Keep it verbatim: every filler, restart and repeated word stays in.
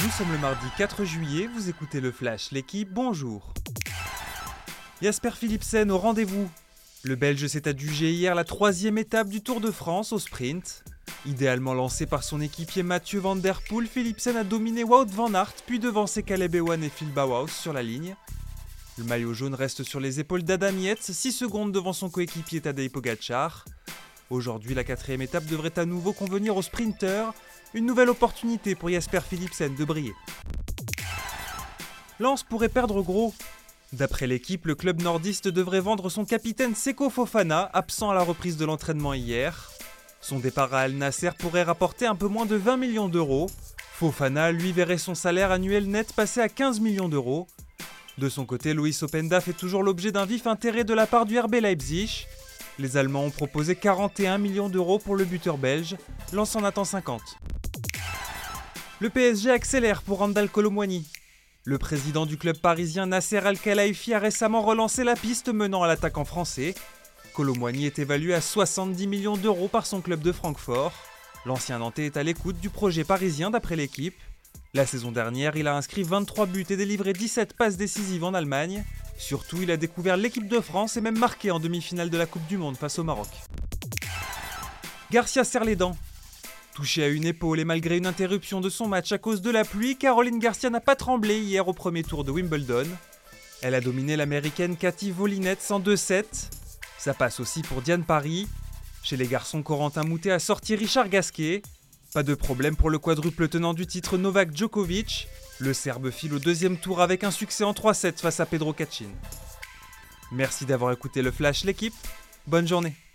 Nous sommes le mardi quatre juillet, vous écoutez le Flash, l'équipe, bonjour. Jasper Philipsen au rendez-vous. Le Belge s'est adjugé hier la troisième étape du Tour de France au sprint. Idéalement lancé par son équipier Mathieu Van Der Poel, Philipsen a dominé Wout van Aert, puis devancé Caleb Ewan et Phil Bauhaus sur la ligne. Le maillot jaune reste sur les épaules d'Adam Yates, six secondes devant son coéquipier Tadej Pogačar. Aujourd'hui, la quatrième étape devrait à nouveau convenir aux sprinteurs. Une nouvelle opportunité pour Jasper Philipsen de briller. Lens pourrait perdre gros. D'après l'équipe, le club nordiste devrait vendre son capitaine Seko Fofana, absent à la reprise de l'entraînement hier. Son départ à Al Nasser pourrait rapporter un peu moins de vingt millions d'euros. Fofana, lui, verrait son salaire annuel net passer à quinze millions d'euros. De son côté, Loïs Openda fait toujours l'objet d'un vif intérêt de la part du R B Leipzig. Les Allemands ont proposé quarante et un millions d'euros pour le buteur belge, Lens en attend cinquante. Le P S G accélère pour Randal Kolo Muani. Le président du club parisien Nasser Al-Khelaifi a récemment relancé la piste menant à l'attaquant français. Kolo Muani est évalué à soixante-dix millions d'euros par son club de Francfort. L'ancien Nantais est à l'écoute du projet parisien d'après l'équipe. La saison dernière, il a inscrit vingt-trois buts et délivré dix-sept passes décisives en Allemagne. Surtout, il a découvert l'équipe de France et même marqué en demi-finale de la Coupe du Monde face au Maroc. Garcia serre les dents. Touchée à une épaule et malgré une interruption de son match à cause de la pluie, Caroline Garcia n'a pas tremblé hier au premier tour de Wimbledon. Elle a dominé l'américaine Cathy Volinets en deux sept. Ça passe aussi pour Diane Parry. Chez les garçons, Corentin Moutet a sorti Richard Gasquet. Pas de problème pour le quadruple tenant du titre Novak Djokovic. Le Serbe file au deuxième tour avec un succès en trois sept face à Pedro Cachin. Merci d'avoir écouté le Flash, l'équipe. Bonne journée.